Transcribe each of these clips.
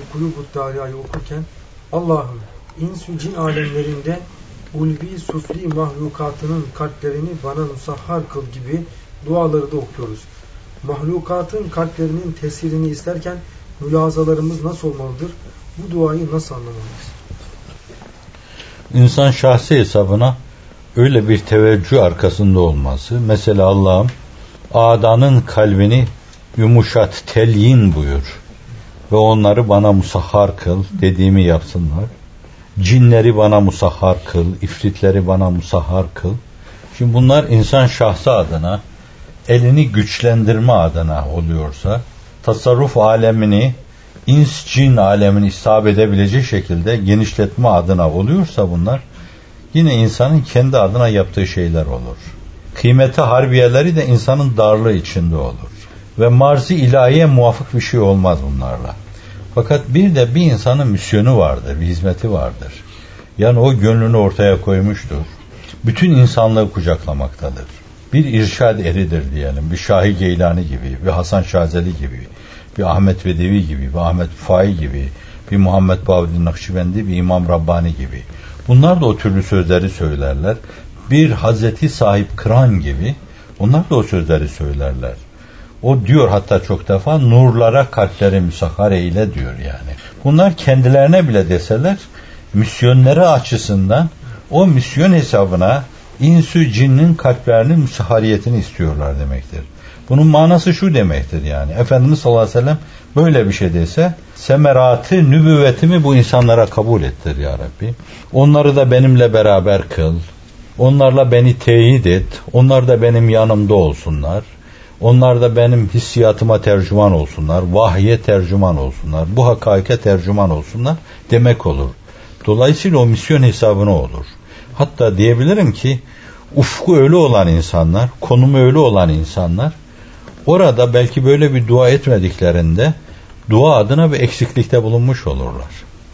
Kulubut Derya'yı okurken Allah'ım ins-i cin alemlerinde ulvi sufli mahlukatının kalplerini bana musahhar kıl gibi duaları da okuyoruz. Mahlukatın kalplerinin tesirini isterken mülazalarımız nasıl olmalıdır? Bu duayı nasıl anlamalıyız? İnsan şahsi hesabına öyle bir teveccüh arkasında olması. Mesela Allah'ım Ada'nın kalbini yumuşat, telyin buyur ve onları bana musahhar kıl, dediğimi yapsınlar. Cinleri bana musahhar kıl, ifritleri bana musahhar kıl. Şimdi bunlar insan şahsı adına, elini güçlendirme adına oluyorsa, tasarruf alemini, ins cin alemini isabet edebilecek şekilde genişletme adına oluyorsa bunlar, yine insanın kendi adına yaptığı şeyler olur. Kıymeti harbiyeleri de insanın darlığı içinde olur. Ve marz-ı ilahiye muvafık bir şey olmaz bunlarla. Fakat bir de bir insanın misyonu vardır, bir hizmeti vardır. Yani o gönlünü ortaya koymuştur. Bütün insanlığı kucaklamaktadır. Bir irşad eridir diyelim, bir Şah-ı Geylani gibi, bir Hasan Şazeli gibi, bir Ahmet Bedevi gibi, bir Ahmet Fai gibi, bir Muhammed Bahuddin Nakşibendi, bir İmam Rabbani gibi. Bunlar da o türlü sözleri söylerler. Bir Hazreti Sahip Kıran gibi, onlar da o sözleri söylerler. O diyor hatta çok defa nurlara kalpleri müsahhar eyle diyor yani. Bunlar kendilerine bile deseler misyonları açısından o misyon hesabına insü cinnin kalplerinin müsahhariyetini istiyorlar demektir. Bunun manası şu demektir yani. Efendimiz sallallahu aleyhi ve sellem böyle bir şey dese semeratı nübüvvetimi bu insanlara kabul ettir ya Rabbi. Onları da benimle beraber kıl. Onlarla beni teyit et. Onlar da benim yanımda olsunlar. Onlar da benim hissiyatıma tercüman olsunlar. Vahye tercüman olsunlar. Bu hakaike tercüman olsunlar demek olur. Dolayısıyla o misyon hesabına olur. Hatta diyebilirim ki ufku öyle olan insanlar, konumu öyle olan insanlar orada belki böyle bir dua etmediklerinde dua adına bir eksiklikte bulunmuş olurlar.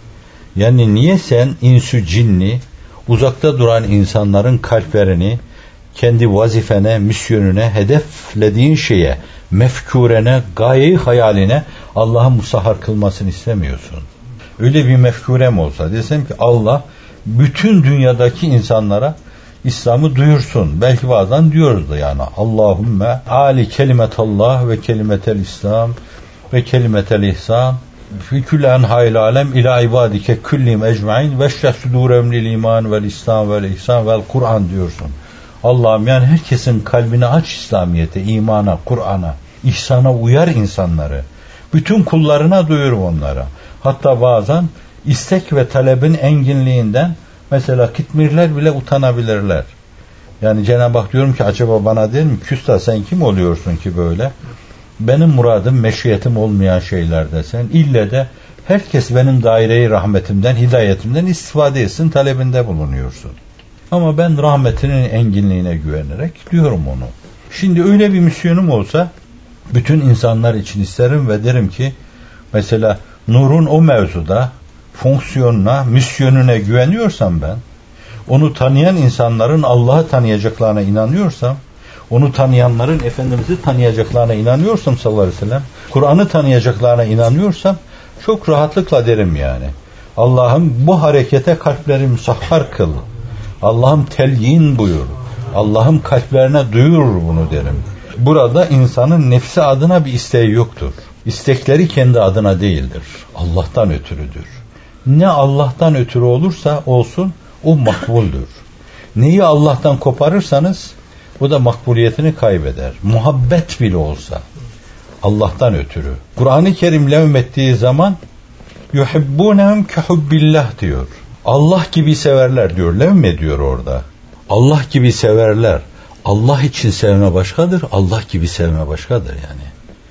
Yani niye sen insü cinni uzakta duran insanların kalplerini kendi vazifene, misyonuna, hedeflediğin şeye, mefkurene, gaye-i hayaline Allah'ın musahhar kılmasını istemiyorsun? Öyle bir mefkurem olsa desem ki Allah bütün dünyadaki insanlara İslam'ı duyursun. Belki bazen diyoruz da yani Allahümme ali kelimetallah ve kelimetel İslam ve kelimetel ihsan fi külli enhâil alem ila ibadike küllim ecmaîn ve şreh sudûrem lil iman vel İslam vel ihsan vel Kur'an diyorsun. Allah'ım yani herkesin kalbini aç İslamiyete, imana, Kur'an'a, ihsana uyar insanları. Bütün kullarına duyur onlara. Hatta bazen istek ve talebin enginliğinden mesela kitmirler bile utanabilirler. Yani Cenab-ı Hak diyorum ki acaba bana der mi? Küstah sen kim oluyorsun ki böyle? Benim muradım, meşiyetim olmayan şeyler desen. İlle de herkes benim daire-i rahmetimden, hidayetimden istifade etsin talebinde bulunuyorsun. Ama ben rahmetinin enginliğine güvenerek diyorum onu. Şimdi öyle bir misyonum olsa bütün insanlar için isterim ve derim ki mesela nurun o mevzuda fonksiyonuna, misyonuna güveniyorsam ben, onu tanıyan insanların Allah'ı tanıyacaklarına inanıyorsam, onu tanıyanların Efendimiz'i tanıyacaklarına inanıyorsam sallallahu aleyhi ve sellem, Kur'an'ı tanıyacaklarına inanıyorsam çok rahatlıkla derim yani. Allah'ım bu harekete kalpleri musahhar kıl. Allah'ım telyin buyur. Allah'ım kalplerine duyur bunu derim. Burada insanın nefsi adına bir isteği yoktur. İstekleri kendi adına değildir. Allah'tan ötürüdür. Ne Allah'tan ötürü olursa olsun o makbuldür. Neyi Allah'tan koparırsanız o da makbuliyetini kaybeder. Muhabbet bile olsa Allah'tan ötürü. Kur'an-ı Kerim levmettiği zaman yuhibbunehum kehubbillah diyor. Allah gibi severler diyor. Levmediyor orada. Allah gibi severler. Allah için sevme başkadır. Allah gibi sevme başkadır yani.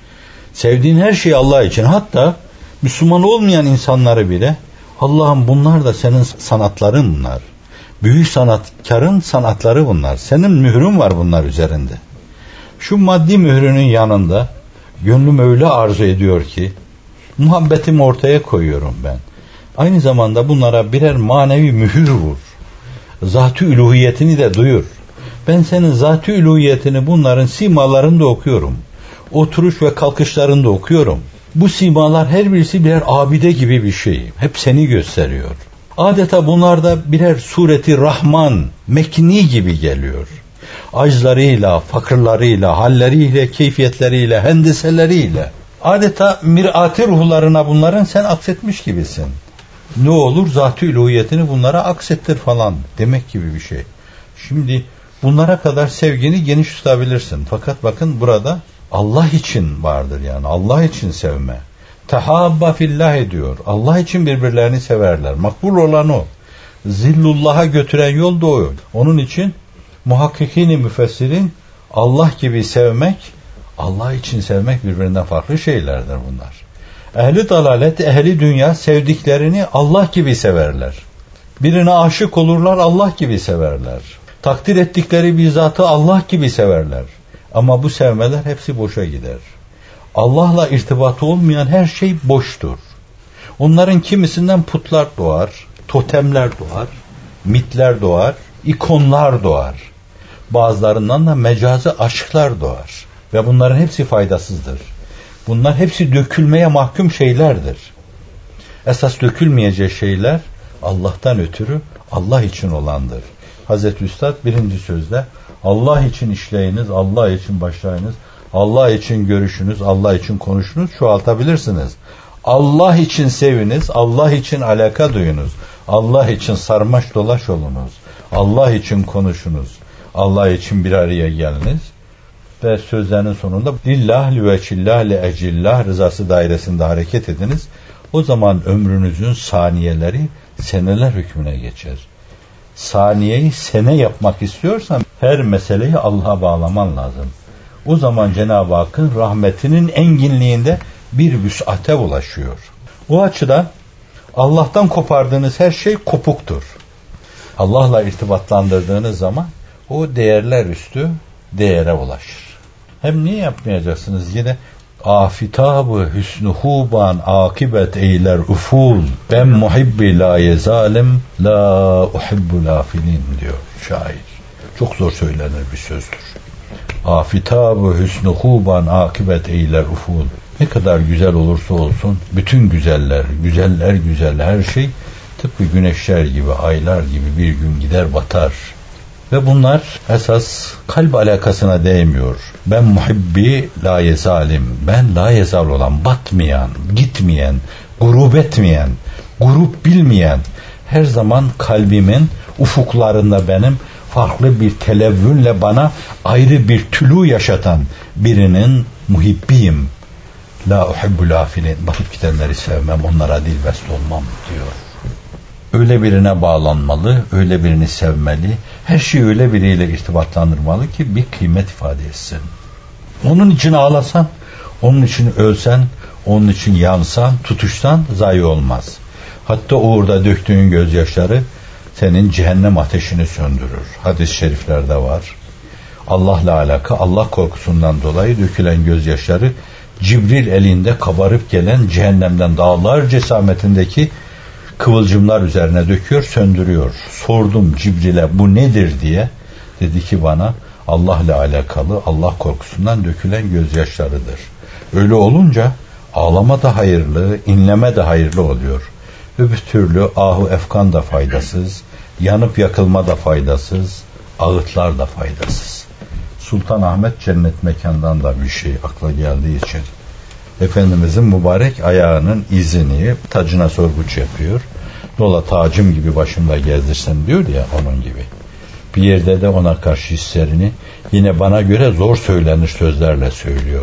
Sevdiğin her şey Allah için. Hatta Müslüman olmayan insanları bile Allah'ım bunlar da senin sanatların bunlar. Büyük sanatkarın sanatları bunlar. Senin mührün var bunlar üzerinde. Şu maddi mührünün yanında gönlüm öyle arzu ediyor ki muhabbetimi ortaya koyuyorum ben. Aynı zamanda bunlara birer manevi mühür vur. Zat-ı üluhiyetini de duyur. Ben senin zat-ı üluhiyetini bunların simalarında okuyorum. Oturuş ve kalkışlarında okuyorum. Bu simalar her birisi birer abide gibi bir şey. Hep seni gösteriyor. Adeta bunlar da birer sureti Rahman, mekni gibi geliyor. Aclarıyla, fakirlarıyla, halleriyle, keyfiyetleriyle, hendiseleriyle. Adeta mirat-ı ruhlarına bunların sen aksetmiş gibisin. Ne olur zat-ı üluhiyetini bunlara aksettir falan demek gibi bir şey. Şimdi bunlara kadar sevgini geniş tutabilirsin. Fakat bakın burada Allah için vardır yani. Allah için sevme. Tehabba fillah ediyor. Allah için birbirlerini severler. Makbul olan o. Zillullah'a götüren yol da o. Onun için muhakkikini müfessirin Allah gibi sevmek, Allah için sevmek birbirinden farklı şeylerdir bunlar. Ehli dalalet, ehli dünya sevdiklerini Allah gibi severler. Birine aşık olurlar, Allah gibi severler. Takdir ettikleri bir zatı Allah gibi severler. Ama bu sevmeler hepsi boşa gider. Allah'la irtibatı olmayan her şey boştur. Onların kimisinden putlar doğar, totemler doğar, mitler doğar, ikonlar doğar. Bazılarından da mecazi aşklar doğar. Ve bunların hepsi faydasızdır. Bunlar hepsi dökülmeye mahkum şeylerdir. Esas dökülmeyecek şeyler Allah'tan ötürü Allah için olandır. Hazreti Üstad birinci sözde Allah için işleyiniz, Allah için başlayınız, Allah için görüşünüz, Allah için konuşunuz, çoğaltabilirsiniz. Allah için seviniz, Allah için alaka duyunuz, Allah için sarmaş dolaş olunuz, Allah için konuşunuz, Allah için bir araya geliniz ve sözlerinin sonunda lillah, lüveçillah, leecillah rızası dairesinde hareket ediniz. O zaman ömrünüzün saniyeleri seneler hükmüne geçer. Saniyeyi sene yapmak istiyorsan her meseleyi Allah'a bağlaman lazım. O zaman Cenab-ı Hakk'ın rahmetinin enginliğinde bir vüs'ate ulaşıyor. O açıdan Allah'tan kopardığınız her şey kopuktur. Allah'la irtibatlandırdığınız zaman o değerler üstü değere ulaşır. Hem niye yapmayacaksınız? Yine afitab-ı hüsnü huban akibet eyler uful ben muhibbi la yezalim la uhibbu lafilin diyor şair. Çok zor söylenir bir sözdür. Afitab-ı hüsnü huban akibet eyler uful. Ne kadar güzel olursa olsun bütün güzeller, güzeller güzel her şey tıpkı güneşler gibi, aylar gibi bir gün gider batar. Ve bunlar esas kalp alakasına değmiyor. Ben muhibbi la yezalim. Ben la yezal olan, batmayan, gitmeyen, grup etmeyen, grup bilmeyen, her zaman kalbimin ufuklarında benim farklı bir televvünle bana ayrı bir tülü yaşatan birinin muhibbiyim. La uhibbu lafilin. Bakıp gidenleri sevmem, onlara dilbest olmam diyor. Öyle birine bağlanmalı, öyle birini sevmeli, her şeyi öyle biriyle irtibatlandırmalı ki bir kıymet ifade etsin. Onun için ağlasan, onun için ölsen, onun için yansan, tutuşsan zayi olmaz. Hatta uğurda döktüğün gözyaşları senin cehennem ateşini söndürür. Hadis-i şeriflerde var. Allah'la alaka, Allah korkusundan dolayı dökülen gözyaşları Cibril elinde kabarıp gelen cehennemden dağlar cesametindeki kıvılcımlar üzerine döküyor, söndürüyor. Sordum Cibril'e bu nedir diye. Dedi ki bana Allah'la alakalı, Allah korkusundan dökülen gözyaşlarıdır. Öyle olunca ağlama da hayırlı, inleme de hayırlı oluyor. Öbür türlü ahu efkan da faydasız, yanıp yakılma da faydasız, ağıtlar da faydasız. Sultanahmet cennet mekandan da bir şey akla geldiği için Efendimizin mübarek ayağının izini tacına sorguç yapıyor. Dola tacım gibi başımda gezdirsen diyor ya, onun gibi. Bir yerde de ona karşı hislerini yine bana göre zor söylenir sözlerle söylüyor.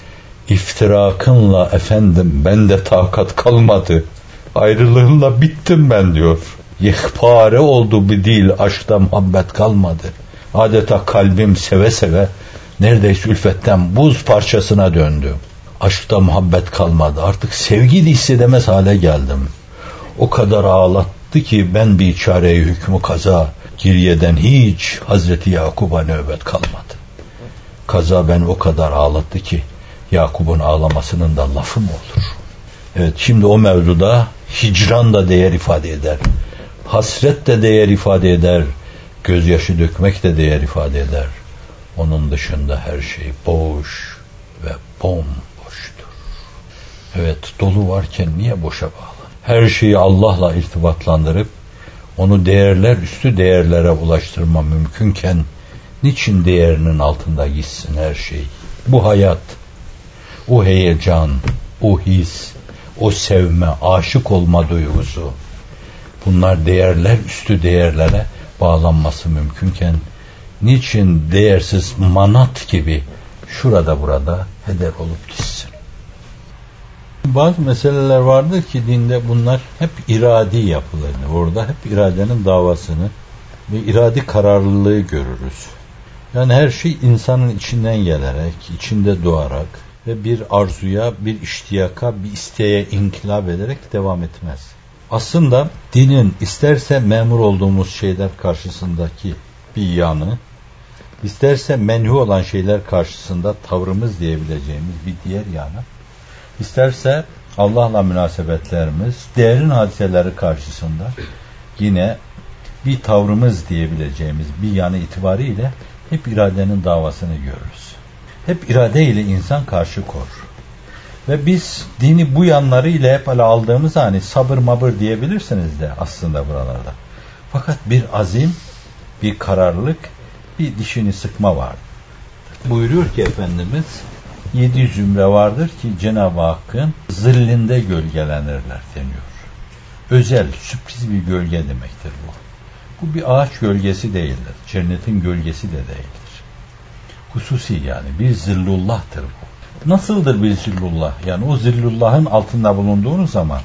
İftirakınla efendim bende takat kalmadı. Ayrılığınla bittim ben diyor. Yekpare oldu bir dil, aşkta muhabbet kalmadı. Adeta kalbim seve seve neredeyse ülfetten buz parçasına döndü. Aşkta muhabbet kalmadı. Artık sevgi de hissedemez hale geldim. O kadar ağlattı ki ben bir çareyi hükmü kaza, giriyeden hiç Hazreti Yakub'a nöbet kalmadı. Kaza ben o kadar ağlattı ki Yakub'un ağlamasının da lafı mı olur? Evet, şimdi o mevzuda hicran da değer ifade eder. Hasret de değer ifade eder. Gözyaşı dökmek de değer ifade eder. Onun dışında her şey boş ve bomboştur. Evet, dolu varken niye boşa bağlı? Her şeyi Allah'la irtibatlandırıp onu değerler üstü değerlere ulaştırma mümkünken niçin değerinin altında gitsin her şey? Bu hayat, o heyecan, o his, o sevme, aşık olma duygusu, bunlar değerler üstü değerlere bağlanması mümkünken niçin değersiz manat gibi şurada burada heder olup gitsin? Bazı meseleler vardır ki dinde bunlar hep iradi yapılır. Orada hep iradenin davasını ve iradi kararlılığı görürüz. Yani her şey insanın içinden gelerek, içinde doğarak ve bir arzuya, bir iştiyaka, bir isteğe inkılap ederek devam etmez. Aslında dinin isterse memur olduğumuz şeyler karşısındaki bir yanı, isterse menhu olan şeyler karşısında tavrımız diyebileceğimiz bir diğer yanı, İsterse Allah'la münasebetlerimiz, değerin hadiseleri karşısında yine bir tavrımız diyebileceğimiz bir yanı itibariyle hep iradenin davasını görürüz. Hep irade ile insan karşı kor. Ve biz dini bu yanlarıyla hep aldığımız hani sabır mabır diyebilirsiniz de aslında buralarda. Fakat bir azim, bir kararlılık, bir dişini sıkma var. Buyuruyor ki Efendimiz, 7 zümre vardır ki Cenab-ı Hakk'ın zillinde gölgelenirler deniyor. Özel, sürpriz bir gölge demektir bu. Bu bir ağaç gölgesi değildir. Cennetin gölgesi de değildir. Hususi yani bir zillullah'tır bu. Nasıldır bir zillullah? Yani o zillullah'ın altında bulunduğunuz zaman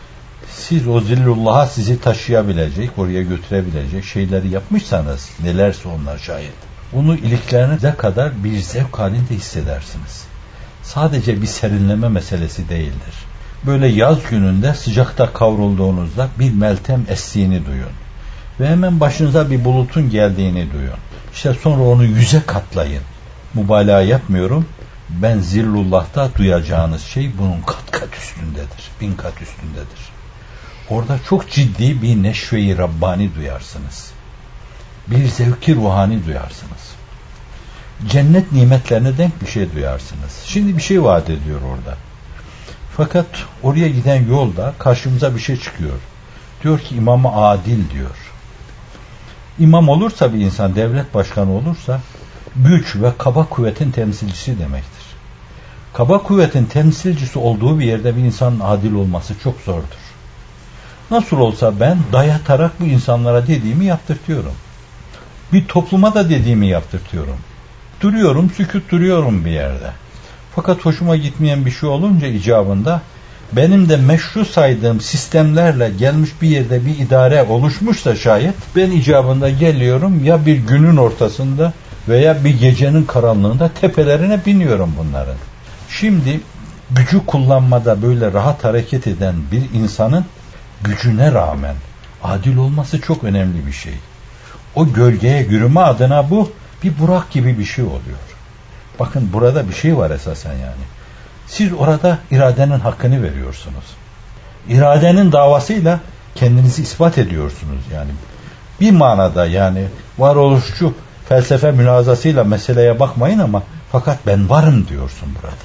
siz o zillullah'a sizi taşıyabilecek, oraya götürebilecek şeyleri yapmışsanız, nelerse onlar şayet, bunu iliklerinize kadar bir zevk halinde hissedersiniz. Sadece bir serinleme meselesi değildir. Böyle yaz gününde sıcakta kavrulduğunuzda bir meltem estiğini duyun. Ve hemen başınıza bir bulutun geldiğini duyun. İşte sonra onu 100'e katlayın. Mübalağa yapmıyorum. Ben zillullah'ta duyacağınız şey bunun kat kat üstündedir. 1000 kat üstündedir. Orada çok ciddi bir neşve-i Rabbani duyarsınız. Bir zevki ruhani duyarsınız. Cennet nimetlerine denk bir şey duyarsınız. Şimdi bir şey vaat ediyor orada. Fakat oraya giden yolda karşımıza bir şey çıkıyor. Diyor ki imam-ı adil diyor. İmam olursa bir insan, devlet başkanı olursa güç ve kaba kuvvetin temsilcisi demektir. Kaba kuvvetin temsilcisi olduğu bir yerde bir insanın adil olması çok zordur. Nasıl olsa ben dayatarak bu insanlara dediğimi yaptırtıyorum. Bir topluma da dediğimi yaptırtıyorum. Duruyorum, sükût duruyorum bir yerde. Fakat hoşuma gitmeyen bir şey olunca icabında benim de meşru saydığım sistemlerle gelmiş bir yerde bir idare oluşmuşsa şayet ben icabında geliyorum ya bir günün ortasında veya bir gecenin karanlığında tepelerine biniyorum bunların. Şimdi gücü kullanmada böyle rahat hareket eden bir insanın gücüne rağmen adil olması çok önemli bir şey. O gölgeye yürüme adına bu bir Burak gibi bir şey oluyor. Bakın burada bir şey var esasen yani. Siz orada iradenin hakkını veriyorsunuz. İradenin davasıyla kendinizi ispat ediyorsunuz yani. Bir manada yani varoluşçu felsefe münazasıyla meseleye bakmayın ama fakat ben varım diyorsun burada.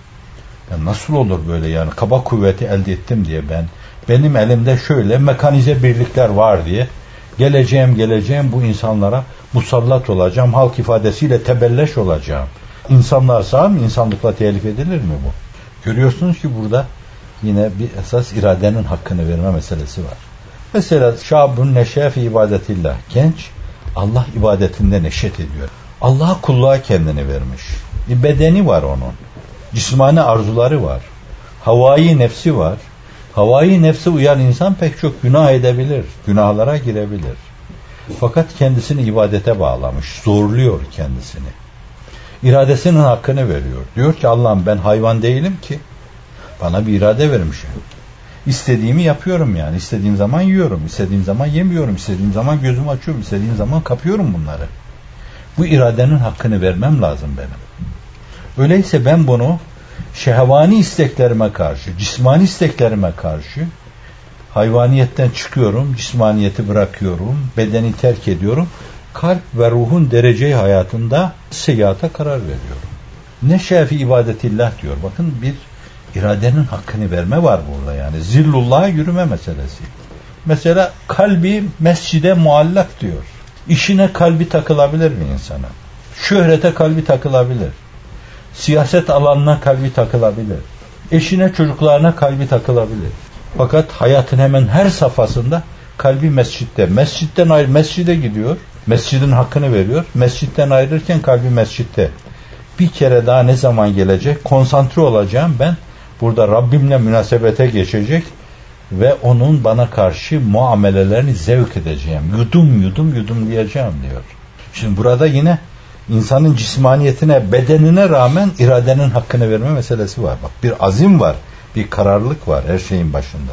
Ya nasıl olur böyle yani kaba kuvveti elde ettim diye benim elimde şöyle mekanize birlikler var diye geleceğim bu insanlara musallat olacağım, halk ifadesiyle tebelleş olacağım. İnsanlar sağ mı? İnsanlıkla telif edilir mi bu? Görüyorsunuz ki burada yine bir esas iradenin hakkını verme meselesi var. Mesela şabun neşefi ibadetillah. Genç Allah ibadetinde neşet ediyor. Allah'a kulluğa kendini vermiş. Bir bedeni var onun. Cismani arzuları var. Havai nefsi var. Havai nefse uyan insan pek çok günah edebilir. Günahlara girebilir. Fakat kendisini ibadete bağlamış. Zorluyor kendisini. İradesinin hakkını veriyor. Diyor ki Allah'ım ben hayvan değilim ki. Bana bir irade vermişsin. İstediğimi yapıyorum yani. İstediğim zaman yiyorum. İstediğim zaman yemiyorum. İstediğim zaman gözümü açıyorum. İstediğim zaman kapıyorum bunları. Bu iradenin hakkını vermem lazım benim. Öyleyse ben bunu şehvani isteklerime karşı, cismani isteklerime karşı hayvaniyetten çıkıyorum, cismaniyeti bırakıyorum, bedeni terk ediyorum. Kalp ve ruhun dereceyi hayatında seyahate karar veriyorum. Neşefi ibadetillah diyor. Bakın bir iradenin hakkını verme var burada yani. Zillullah'a yürüme meselesi. Mesela kalbi mescide muallak diyor. İşine kalbi takılabilir mi insana? Şöhrete kalbi takılabilir. Siyaset alanına kalbi takılabilir. Eşine, çocuklarına kalbi takılabilir. Fakat hayatın hemen her safhasında kalbi mescitte. Mescitten ayrı, mescide gidiyor. Mescidin hakkını veriyor. Mescitten ayrılırken kalbi mescitte. Bir kere daha ne zaman gelecek? Konsantre olacağım ben. Burada Rabbimle münasebete geçecek ve onun bana karşı muamelelerini zevk edeceğim. Yudum yudum yudumlayacağım diyor. Şimdi burada yine insanın cismaniyetine, bedenine rağmen iradenin hakkını verme meselesi var. Bak, bir azim var, bir kararlılık var her şeyin başında.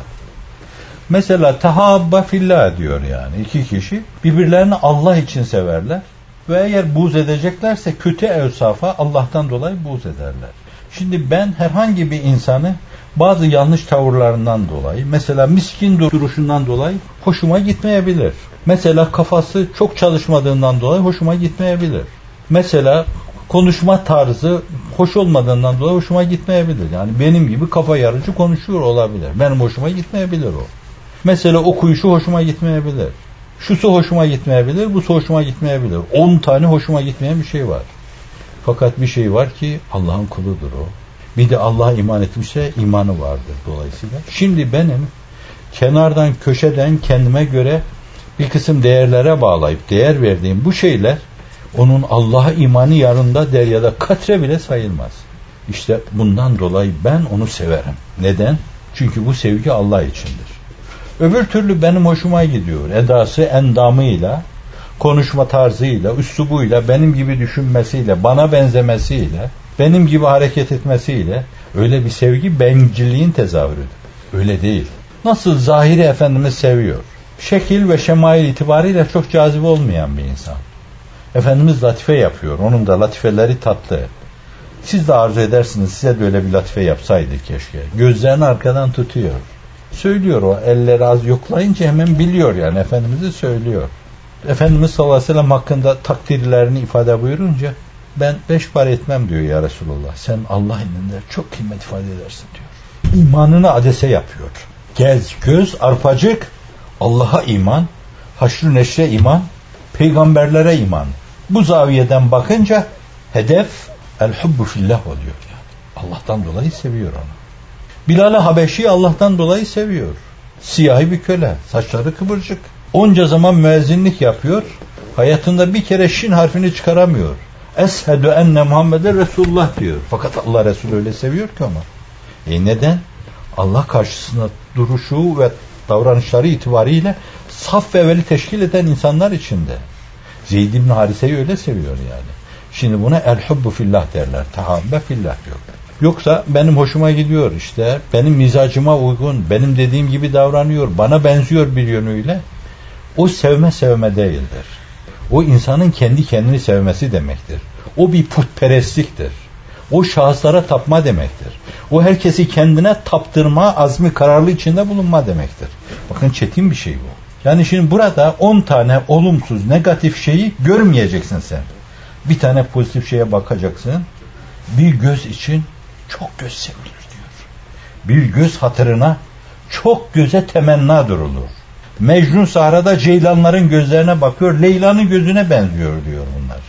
Mesela tahabba fillah diyor yani. İki kişi birbirlerini Allah için severler ve eğer buğz edeceklerse kötü evsafa Allah'tan dolayı buğz ederler. Şimdi ben herhangi bir insanı bazı yanlış tavırlarından dolayı, mesela miskin duruşundan dolayı hoşuma gitmeyebilir. Mesela kafası çok çalışmadığından dolayı hoşuma gitmeyebilir. Mesela konuşma tarzı hoş olmadığından dolayı hoşuma gitmeyebilir. Yani benim gibi kafa yarıcı konuşuyor olabilir. Benim hoşuma gitmeyebilir o. Mesela okuyuşu hoşuma gitmeyebilir. Şusu hoşuma gitmeyebilir, busu hoşuma gitmeyebilir. 10 tane hoşuma gitmeyen bir şey var. Fakat bir şey var ki Allah'ın kuludur o. Bir de Allah'a iman etmişse imanı vardır dolayısıyla. Şimdi benim kenardan, köşeden kendime göre bir kısım değerlere bağlayıp değer verdiğim bu şeyler onun Allah'a imanı yanında deryada katre bile sayılmaz. İşte bundan dolayı ben onu severim. Neden? Çünkü bu sevgi Allah içindir. Öbür türlü benim hoşuma gidiyor. Edası, endamıyla, konuşma tarzıyla, üslubuyla, benim gibi düşünmesiyle, bana benzemesiyle, benim gibi hareket etmesiyle öyle bir sevgi bencilliğin tezahürüdür. Öyle değil. Nasıl zahiri Efendimiz seviyor. Şekil ve şemail itibariyle çok cazip olmayan bir insan. Efendimiz latife yapıyor. Onun da latifeleri tatlı. Siz de arzu edersiniz, size de öyle bir latife yapsaydı keşke. Gözlerini arkadan tutuyor. Söylüyor o. Elleri az yoklayınca hemen biliyor yani. Efendimiz'i söylüyor. Efendimiz sallallahu aleyhi ve sellem hakkında takdirlerini ifade buyurunca ben 5 para etmem diyor ya Resulullah. Sen Allah indinde çok kıymet ifade edersin diyor. İmanını adese yapıyor. Gez, göz, arpacık, Allah'a iman, haşr-ı neşre iman, peygamberlere iman. Bu zaviyeden bakınca hedef el-hubbu fillah oluyor yani. Allah'tan dolayı seviyor onu. Bilal-i Habeşi Allah'tan dolayı seviyor. Siyahi bir köle, saçları kıvırcık. Onca zaman müezzinlik yapıyor. Hayatında bir kere şin harfini çıkaramıyor. Eşhedü enne Muhammeden Resulullah diyor. Fakat Allah Resulü öyle seviyor ki onu. Neden? Allah karşısında duruşu ve davranışları itibariyle saf ve veli teşkil eden insanlar içinde. Zeyd ibn Harise'yi öyle seviyor yani. Şimdi buna el-hubbu fillah derler. Tahabbe fillah diyor. Yoksa benim hoşuma gidiyor işte, benim mizacıma uygun, benim dediğim gibi davranıyor, bana benziyor bir yönüyle. O sevme değildir. O insanın kendi kendini sevmesi demektir. O bir putperestliktir. O şahıslara tapma demektir. O herkesi kendine taptırma, azmi kararlı içinde bulunma demektir. Bakın çetin bir şey bu. Yani şimdi burada 10 tane olumsuz, negatif şeyi görmeyeceksin sen. Bir tane pozitif şeye bakacaksın. Bir göz için çok göz sevilir diyor. Bir göz hatırına çok göze temenna durulur. Mecnun sahrada ceylanların gözlerine bakıyor, Leyla'nın gözüne benziyor diyor bunlar.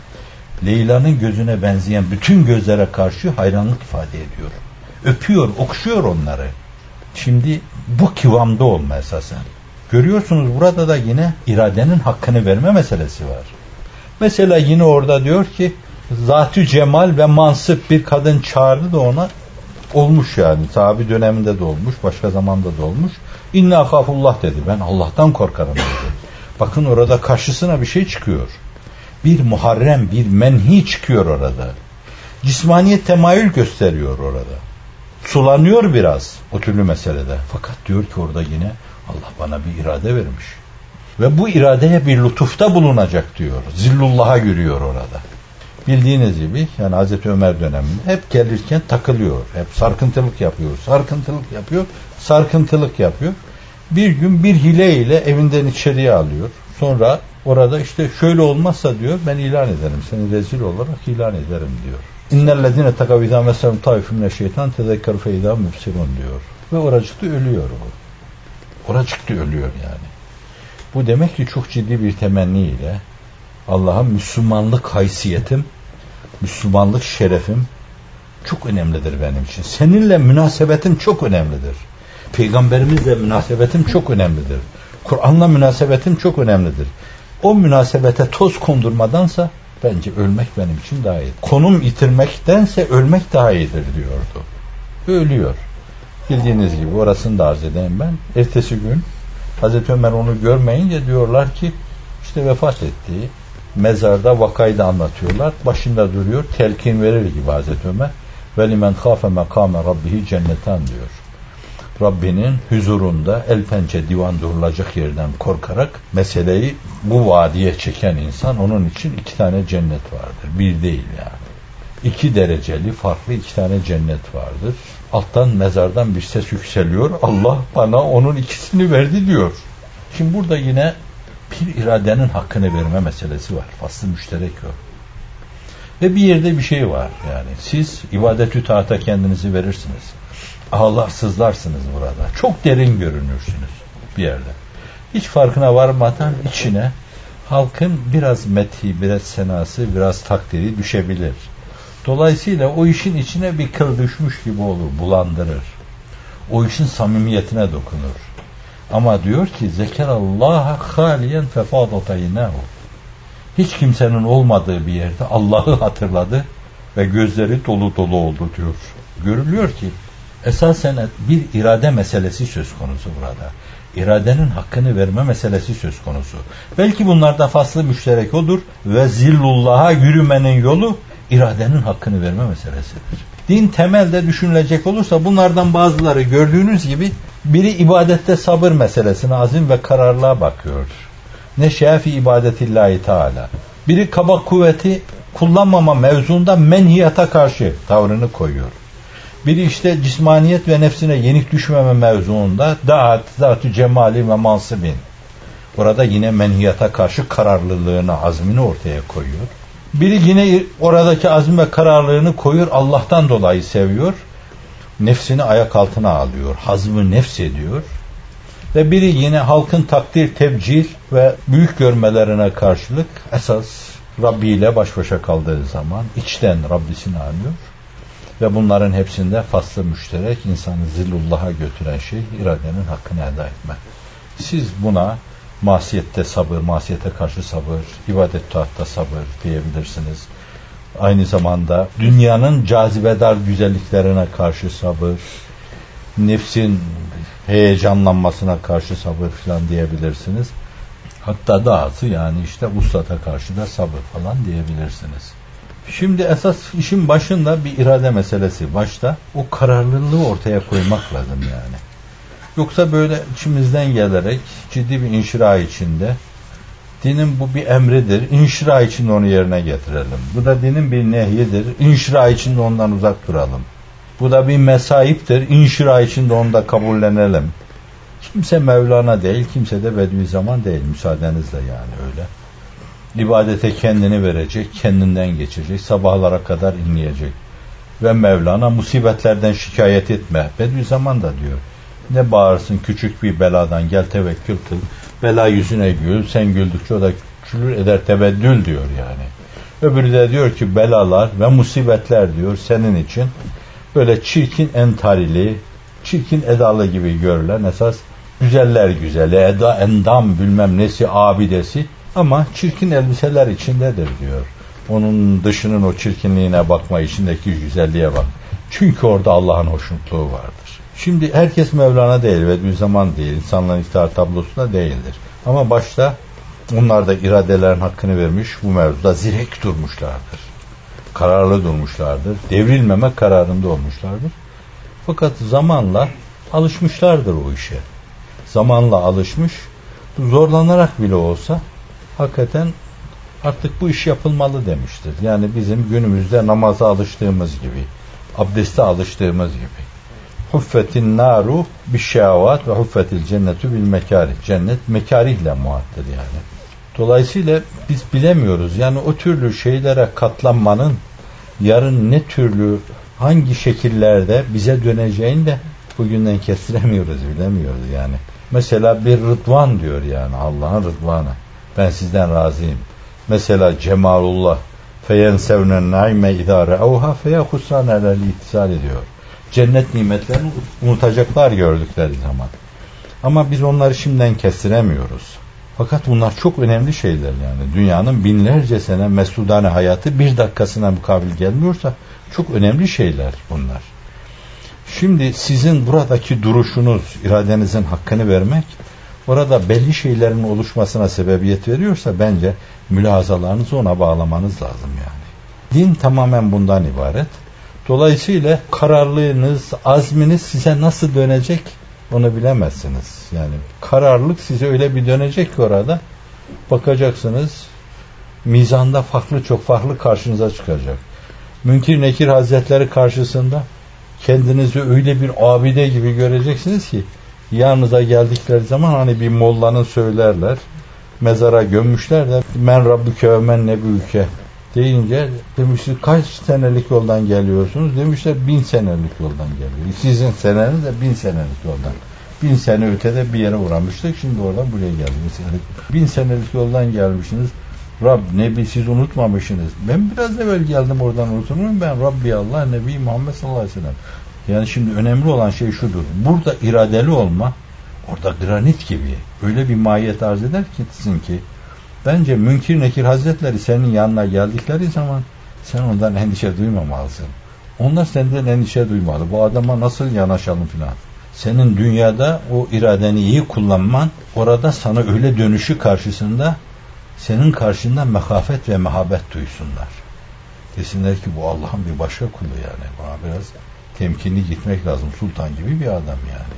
Leyla'nın gözüne benzeyen bütün gözlere karşı hayranlık ifade ediyor. Öpüyor, okşuyor onları. Şimdi bu kıvamda olma esasen. Görüyorsunuz burada da yine iradenin hakkını verme meselesi var. Mesela yine orada diyor ki zat-ı cemal ve mansıp bir kadın çağırdı da ona, olmuş yani. Sahabi döneminde de olmuş, başka zamanda da olmuş. İnna akafullah dedi. Ben Allah'tan korkarım dedi. Bakın orada karşısına bir şey çıkıyor. Bir muharrem, bir menhi çıkıyor orada. Cismaniyet temayül gösteriyor orada. Sulanıyor biraz o türlü meselede. Fakat diyor ki orada yine Allah bana bir irade vermiş. Ve bu iradeye bir lütufta bulunacak diyor. Zillullah'a yürüyor orada. Bildiğiniz gibi yani Hazreti Ömer döneminde hep gelirken takılıyor. Hep sarkıntılık yapıyor. Bir gün bir hile ile evinden içeriye alıyor. Sonra orada işte şöyle olmazsa diyor ben ilan ederim. Seni rezil olarak ilan ederim diyor. İnnellezine tekav izâ messelhum taifun mineşşeytan tezekkeru fe izâ mübsirun diyor. Ve oracıkta ölüyor o. Oracıkta ölüyor yani. Bu demek ki çok ciddi bir temenniyle Allah'a Müslümanlık haysiyetim, Müslümanlık şerefim çok önemlidir benim için. Seninle münasebetim çok önemlidir. Peygamberimizle münasebetim çok önemlidir. Kur'an'la münasebetim çok önemlidir. O münasebete toz kondurmadansa bence ölmek benim için daha iyi. Konum yitirmektense ölmek daha iyidir diyordu. Ölüyor. Bildiğiniz gibi orasını da arz edeyim ben. Ertesi gün Hazreti Ömer onu görmeyince diyorlar ki işte vefat ettiği mezarda vakayı da anlatıyorlar. Başında duruyor. Telkin verir gibi Hazreti Ömer. Ve limen khafe mekame rabbihi cennetan diyor. Rabbinin huzurunda el pençe divan durulacak yerden korkarak meseleyi bu vadiye çeken insan, onun için 2 tane cennet vardır. Bir değil yani. 2 dereceli farklı 2 tane cennet vardır. Alttan mezardan bir ses yükseliyor. Allah bana onun 2'sini verdi diyor. Şimdi burada yine bir iradenin hakkını verme meselesi var. Faslı müşterek o. Ve bir yerde bir şey var yani. Siz ibadet-ü taata kendinizi verirsiniz. Ağlar sızlarsınız burada. Çok derin görünürsünüz bir yerde. Hiç farkına varmadan içine halkın biraz methi, biraz senası, biraz takdiri düşebilir. Dolayısıyla o işin içine bir kıl düşmüş gibi olur, bulandırır. O işin samimiyetine dokunur. Ama diyor ki zekerallaha haliyen fefadataynahu. Hiç kimsenin olmadığı bir yerde Allah'ı hatırladı ve gözleri dolu dolu oldu diyor. Görülüyor ki esasen bir irade meselesi söz konusu burada. İradenin hakkını verme meselesi söz konusu. Belki bunlarda faslı müşterek odur ve zillullah'a yürümenin yolu iradenin hakkını verme meselesidir. Din temelde düşünülecek olursa bunlardan bazıları gördüğünüz gibi biri ibadette sabır meselesine azim ve kararlılığa bakıyor. Ne şefi ibadetillahi teala. Biri kaba kuvveti kullanmama mevzunda menhiyata karşı tavrını koyuyor. Biri işte cismaniyet ve nefsine yenik düşmeme mevzuunda daat, zat-ı cemali ve mansibin. Orada yine menhiyata karşı kararlılığını, azmini ortaya koyuyor. Biri yine oradaki azim ve kararlılığını koyuyor, Allah'tan dolayı seviyor. Nefsini ayak altına alıyor, hazmı nefs ediyor. Ve biri yine halkın takdir, tebcil ve büyük görmelerine karşılık esas Rabbi ile baş başa kaldığı zaman içten Rabbisini anıyor. Ve bunların hepsinde faslı müşterek insanı zillullah'a götüren şey iradenin hakkını eda etmek. Siz buna masiyette sabır, masiyete karşı sabır, ibadet taatta sabır diyebilirsiniz. Aynı zamanda dünyanın cazibedar güzelliklerine karşı sabır, nefsin heyecanlanmasına karşı sabır falan diyebilirsiniz. Hatta dahası yani işte vuslata karşı da sabır falan diyebilirsiniz. Şimdi esas işin başında bir irade meselesi. Başta o kararlılığı ortaya koymak lazım yani. Yoksa böyle içimizden gelerek ciddi bir inşira içinde dinin bu bir emridir. İnşira içinde onu yerine getirelim. Bu da dinin bir nehyidir. İnşira içinde ondan uzak duralım. Bu da bir mesaiptir. İnşira içinde onu da kabullenelim. Kimse Mevlana değil, kimse de Bediüzzaman değil. Müsaadenizle yani öyle. İbadete kendini verecek, kendinden geçecek, sabahlara kadar inleyecek. Ve Mevlana musibetlerden şikayet etme. Bediüzzaman da diyor. Ne bağırsın küçük bir beladan, gel tevekkül kıl. Bela yüzüne gül, sen güldükçe o da küçülür eder tebeddül diyor yani. Öbürü de diyor ki belalar ve musibetler diyor senin için böyle çirkin entarili, çirkin edalı gibi görülen esas güzeller güzeli, eda endam bilmem nesi abidesi ama çirkin elbiseler içindedir diyor. Onun dışının o çirkinliğine bakma, içindeki güzelliğe bak. Çünkü orada Allah'ın hoşnutluğu vardır. Şimdi herkes Mevlana değil ve Bediüzzaman değil, insanların iftihar tablosunda değildir. Ama başta onlar da iradelerin hakkını vermiş, bu mevzuda zirek durmuşlardır. Kararlı durmuşlardır. Devrilmeme kararında olmuşlardır. Fakat zamanla alışmışlardır o işe. Zamanla alışmış, zorlanarak bile olsa hakikaten artık bu iş yapılmalı demiştir. Yani bizim günümüzde namaza alıştığımız gibi, abdeste alıştığımız gibi. Huffetin naru bişşehavat ve huffetil cennetu bil mekarih. Cennet mekarihle muhattır yani. Dolayısıyla biz bilemiyoruz. Yani o türlü şeylere katlanmanın yarın ne türlü, hangi şekillerde bize döneceğini de bugünden kestiremiyoruz, bilemiyoruz yani. Mesela bir rıdvan diyor yani, Allah'ın rıdvanı. Ben sizden razıyım. Mesela cemalullah feyensevnen naime idâ re'avha feyahusran alel ittisal ediyor. Cennet nimetlerini unutacaklar gördükleri zaman. Ama biz onları şimdiden kestiremiyoruz. Fakat bunlar çok önemli şeyler yani. Dünyanın binlerce sene mesudane hayatı bir dakikasına mukabil gelmiyorsa çok önemli şeyler bunlar. Şimdi sizin buradaki duruşunuz, iradenizin hakkını vermek, orada belli şeylerin oluşmasına sebebiyet veriyorsa bence mülahazalarınızı ona bağlamanız lazım yani. Din tamamen bundan ibaret. Dolayısıyla kararlılığınız, azminiz size nasıl dönecek onu bilemezsiniz. Yani kararlılık size öyle bir dönecek ki orada bakacaksınız mizanda çok farklı karşınıza çıkacak. Münkir Nekir Hazretleri karşısında kendinizi öyle bir abide gibi göreceksiniz ki yanınıza geldikleri zaman hani bir mollanın söylerler, mezara gömmüşler de men rabbüke ve men nebüke deyince demişler kaç senelik yoldan geliyorsunuz? Demişler 1000 senelik yoldan geliyor. Sizin seneniz de 1000 senelik yoldan. 1000 sene ötede bir yere uğramıştık. Şimdi oradan buraya geldik. 1000 senelik yoldan gelmişsiniz. Rab, Nebi siz unutmamışsınız. Ben biraz evvel geldim oradan unuturum. Ben Rabbi Allah, Nebi Muhammed sallallahu aleyhi ve sellem. Yani şimdi önemli olan şey şudur. Burada iradeli olma, orada granit gibi öyle bir mahiyet arz eder ki bence Münkir Nekir Hazretleri senin yanına geldikleri zaman sen ondan endişe duymamalısın. Onlar senden endişe duymalı. Bu adama nasıl yanaşalım filan. Senin dünyada o iradeni iyi kullanman, orada sana öyle dönüşü karşısında senin karşında mehafet ve mehabet duysunlar. Desinler ki bu Allah'ın bir başka kulu yani. Buna biraz temkinli gitmek lazım. Sultan gibi bir adam yani.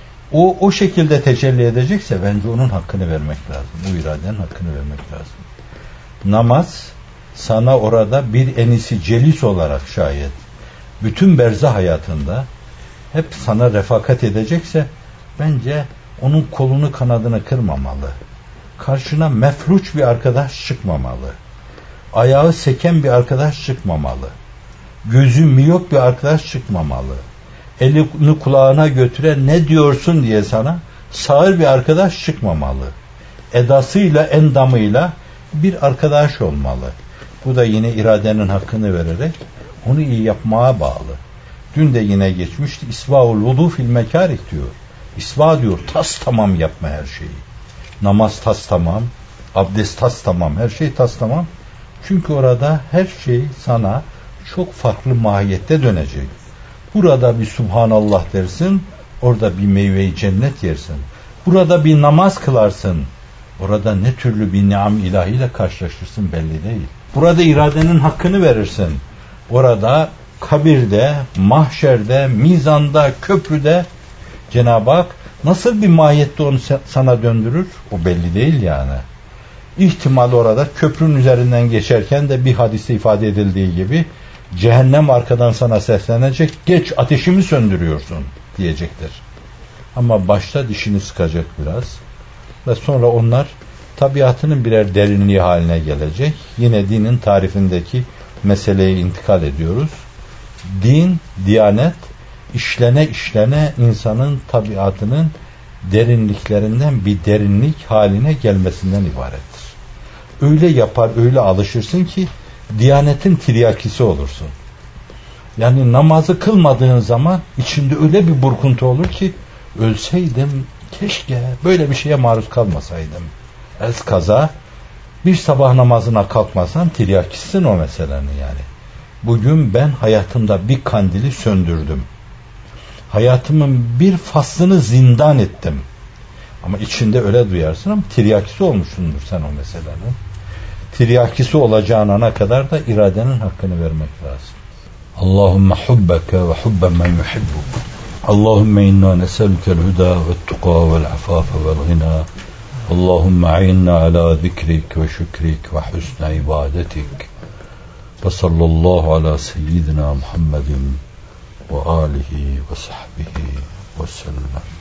O şekilde tecelli edecekse bence onun hakkını vermek lazım. Bu iradenin hakkını vermek lazım. Namaz sana orada bir enisi celis olarak şayet bütün berzah hayatında hep sana refakat edecekse bence onun kolunu kanadını kırmamalı. Karşına mefluç bir arkadaş çıkmamalı. Ayağı seken bir arkadaş çıkmamalı. Gözü miyop bir arkadaş çıkmamalı. Elini kulağına götüren ne diyorsun diye sana sağır bir arkadaş çıkmamalı. Edasıyla, endamıyla bir arkadaş olmalı. Bu da yine iradenin hakkını vererek onu iyi yapmaya bağlı. Dün de yine geçmişti. İsvâul vudu fil mekârih diyor. İsva diyor, tas tamam yapma her şeyi. Namaz tas tamam, abdest tas tamam, her şey tas tamam. Çünkü orada her şey sana çok farklı mahiyette dönecek. Burada bir Subhanallah dersin, orada bir meyve-i cennet yersin. Burada bir namaz kılarsın, orada ne türlü bir niam ilahiyle karşılaşırsın belli değil. Burada iradenin hakkını verirsin. Orada kabirde, mahşerde, mizanda, köprüde Cenab-ı Hak nasıl bir mahiyette onu sana döndürür? O belli değil yani. İhtimal orada köprünün üzerinden geçerken de bir hadiste ifade edildiği gibi cehennem arkadan sana seslenecek, geç ateşimi söndürüyorsun diyecektir. Ama başta dişini sıkacak biraz ve sonra onlar tabiatının birer derinliği haline gelecek. Yine dinin tarifindeki meseleye intikal ediyoruz. Din, diyanet işlene işlene insanın tabiatının derinliklerinden bir derinlik haline gelmesinden ibarettir. Öyle yapar, öyle alışırsın ki diyanetin tiryakisi olursun. Yani namazı kılmadığın zaman içinde öyle bir burkuntu olur ki ölseydim keşke böyle bir şeye maruz kalmasaydım. Kaza bir sabah namazına kalkmasan tiryakisin o meselenin yani. Bugün ben hayatımda bir kandili söndürdüm. Hayatımın bir faslını zindan ettim. Ama içinde öyle duyarsın ama tiryakisi olmuşsundur sen o meselenin. Tiryakisi olacağın ana kadar da iradenin hakkını vermek lazım. Allahümme hubbeke ve hubben men yuhibbuk. Allahümme inna neselükel huda ve tuqa vel afafe vel gina. Allahümme a'inna ala zikrik ve şükrik ve husne ibadetik. Ve sallallahu ala seyyidina Muhammedin ve alihi ve sahbihi ve sellem.